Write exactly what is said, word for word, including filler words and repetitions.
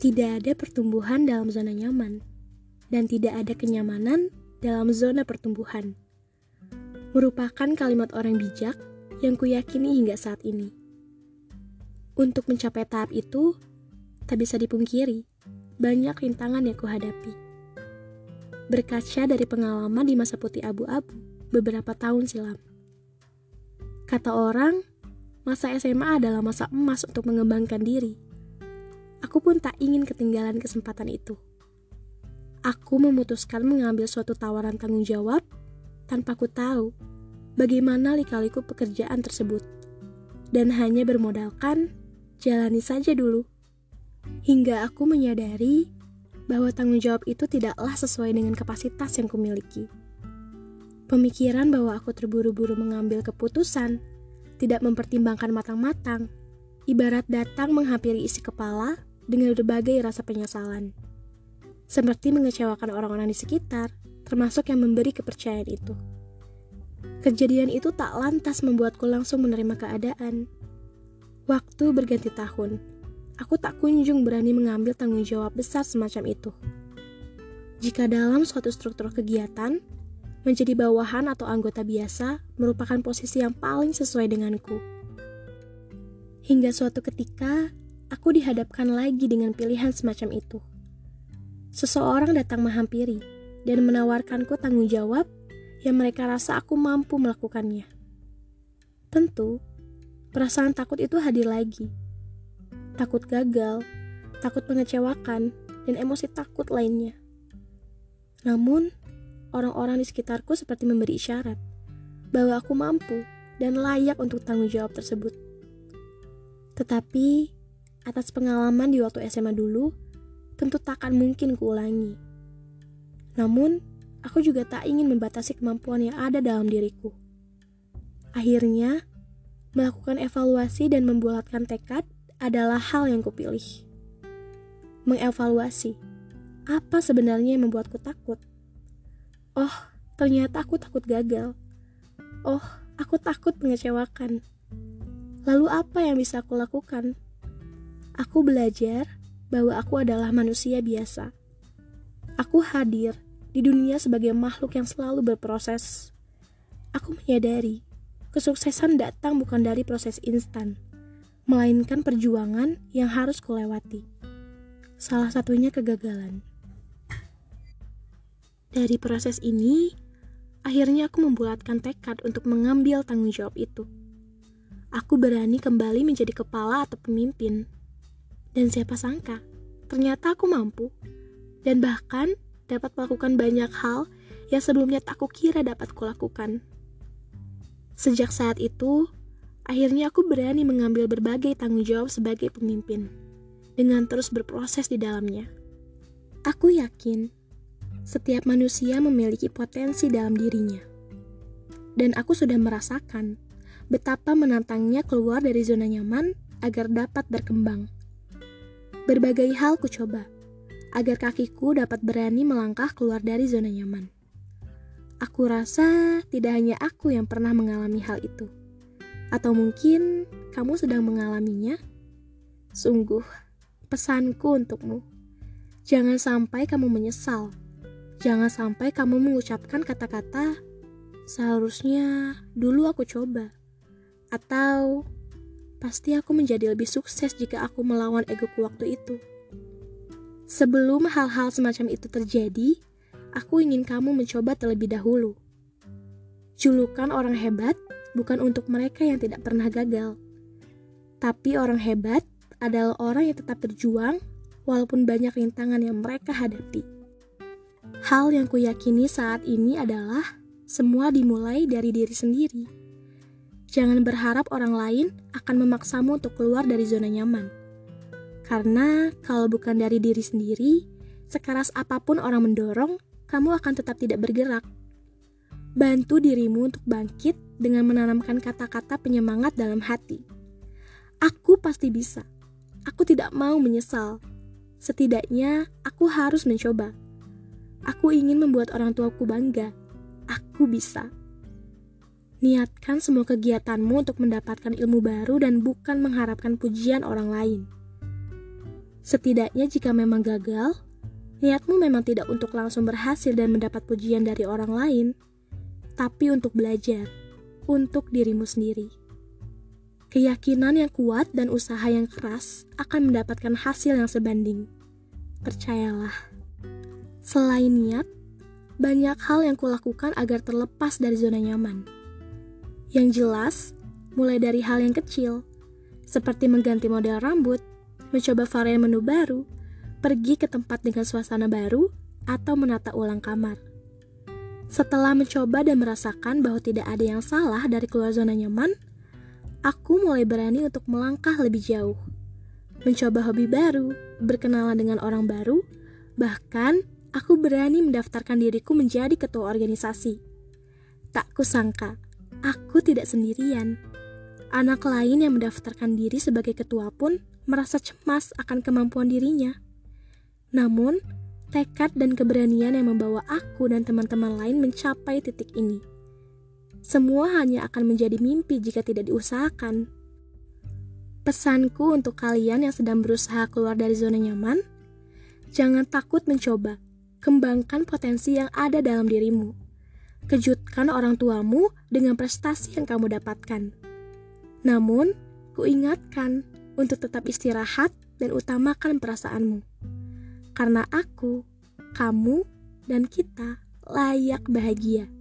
Tidak ada pertumbuhan dalam zona nyaman, dan tidak ada kenyamanan dalam zona pertumbuhan. Merupakan kalimat orang bijak yang kuyakini hingga saat ini. Untuk mencapai tahap itu, tak bisa dipungkiri, banyak rintangan yang kuhadapi. Berkaca dari pengalaman di masa putih abu-abu beberapa tahun silam. Kata orang, masa S M A adalah masa emas untuk mengembangkan diri. Aku pun tak ingin ketinggalan kesempatan itu. Aku memutuskan mengambil suatu tawaran tanggung jawab tanpa ku tahu bagaimana lika-liku pekerjaan tersebut. Dan hanya bermodalkan, jalani saja dulu. Hingga aku menyadari bahwa tanggung jawab itu tidaklah sesuai dengan kapasitas yang kumiliki. Pemikiran bahwa aku terburu-buru mengambil keputusan, tidak mempertimbangkan matang-matang, ibarat datang menghampiri isi kepala dengan berbagai rasa penyesalan. Seperti mengecewakan orang-orang di sekitar, termasuk yang memberi kepercayaan itu. Kejadian itu tak lantas membuatku langsung menerima keadaan. Waktu berganti tahun, aku tak kunjung berani mengambil tanggung jawab besar semacam itu. Jika dalam suatu struktur kegiatan, menjadi bawahan atau anggota biasa merupakan posisi yang paling sesuai denganku. Hingga suatu ketika, aku dihadapkan lagi dengan pilihan semacam itu. Seseorang datang menghampiri dan menawarkanku tanggung jawab yang mereka rasa aku mampu melakukannya. Tentu, perasaan takut itu hadir lagi. Takut gagal, takut mengecewakan, dan emosi takut lainnya. Namun, orang-orang di sekitarku seperti memberi isyarat bahwa aku mampu dan layak untuk tanggung jawab tersebut. Tetapi, atas pengalaman di waktu S M A dulu, tentu takkan mungkin kuulangi. Namun, aku juga tak ingin membatasi kemampuan yang ada dalam diriku. Akhirnya, melakukan evaluasi dan membulatkan tekad adalah hal yang kupilih. Mengevaluasi, apa sebenarnya yang membuatku takut? Oh, ternyata aku takut gagal. Oh, aku takut mengecewakan. Lalu apa yang bisa aku lakukan? Aku belajar bahwa aku adalah manusia biasa. Aku hadir di dunia sebagai makhluk yang selalu berproses. Aku menyadari kesuksesan datang bukan dari proses instan, melainkan perjuangan yang harus kulewati. Salah satunya kegagalan. Dari proses ini, akhirnya aku membulatkan tekad untuk mengambil tanggung jawab itu. Aku berani kembali menjadi kepala atau pemimpin. Dan siapa sangka, ternyata aku mampu. Dan bahkan dapat melakukan banyak hal yang sebelumnya tak kukira dapat kulakukan. Sejak saat itu, akhirnya aku berani mengambil berbagai tanggung jawab sebagai pemimpin, dengan terus berproses di dalamnya. Aku yakin, setiap manusia memiliki potensi dalam dirinya. Dan aku sudah merasakan betapa menantangnya keluar dari zona nyaman agar dapat berkembang. Berbagai hal ku coba, agar kakiku dapat berani melangkah keluar dari zona nyaman. Aku rasa tidak hanya aku yang pernah mengalami hal itu. Atau mungkin kamu sedang mengalaminya? Sungguh, pesanku untukmu. Jangan sampai kamu menyesal. Jangan sampai kamu mengucapkan kata-kata, seharusnya dulu aku coba. Atau, pasti aku menjadi lebih sukses jika aku melawan egoku waktu itu. Sebelum hal-hal semacam itu terjadi, aku ingin kamu mencoba terlebih dahulu. Julukan orang hebat bukan untuk mereka yang tidak pernah gagal. Tapi orang hebat adalah orang yang tetap berjuang walaupun banyak rintangan yang mereka hadapi. Hal yang kuyakini saat ini adalah semua dimulai dari diri sendiri. Jangan berharap orang lain akan memaksamu untuk keluar dari zona nyaman. Karena kalau bukan dari diri sendiri, sekeras apapun orang mendorong, kamu akan tetap tidak bergerak. Bantu dirimu untuk bangkit dengan menanamkan kata-kata penyemangat dalam hati. Aku pasti bisa. Aku tidak mau menyesal. Setidaknya, aku harus mencoba. Aku ingin membuat orang tuaku bangga. Aku bisa. Niatkan semua kegiatanmu untuk mendapatkan ilmu baru dan bukan mengharapkan pujian orang lain. Setidaknya jika memang gagal, niatmu memang tidak untuk langsung berhasil dan mendapat pujian dari orang lain, tapi untuk belajar, untuk dirimu sendiri. Keyakinan yang kuat dan usaha yang keras akan mendapatkan hasil yang sebanding. Percayalah. Selain niat, banyak hal yang kulakukan agar terlepas dari zona nyaman. Yang jelas, mulai dari hal yang kecil, seperti mengganti model rambut, mencoba varian menu baru, pergi ke tempat dengan suasana baru, atau menata ulang kamar. Setelah mencoba dan merasakan bahwa tidak ada yang salah dari keluar zona nyaman, aku mulai berani untuk melangkah lebih jauh. Mencoba hobi baru, berkenalan dengan orang baru, bahkan aku berani mendaftarkan diriku menjadi ketua organisasi. Tak kusangka, aku tidak sendirian. Anak lain yang mendaftarkan diri sebagai ketua pun merasa cemas akan kemampuan dirinya. Namun, tekad dan keberanian yang membawa aku dan teman-teman lain mencapai titik ini. Semua hanya akan menjadi mimpi jika tidak diusahakan. Pesanku untuk kalian yang sedang berusaha keluar dari zona nyaman, jangan takut mencoba. Kembangkan potensi yang ada dalam dirimu. Kejutkan orang tuamu dengan prestasi yang kamu dapatkan. Namun, kuingatkan untuk tetap istirahat dan utamakan perasaanmu. Karena aku, kamu, dan kita layak bahagia.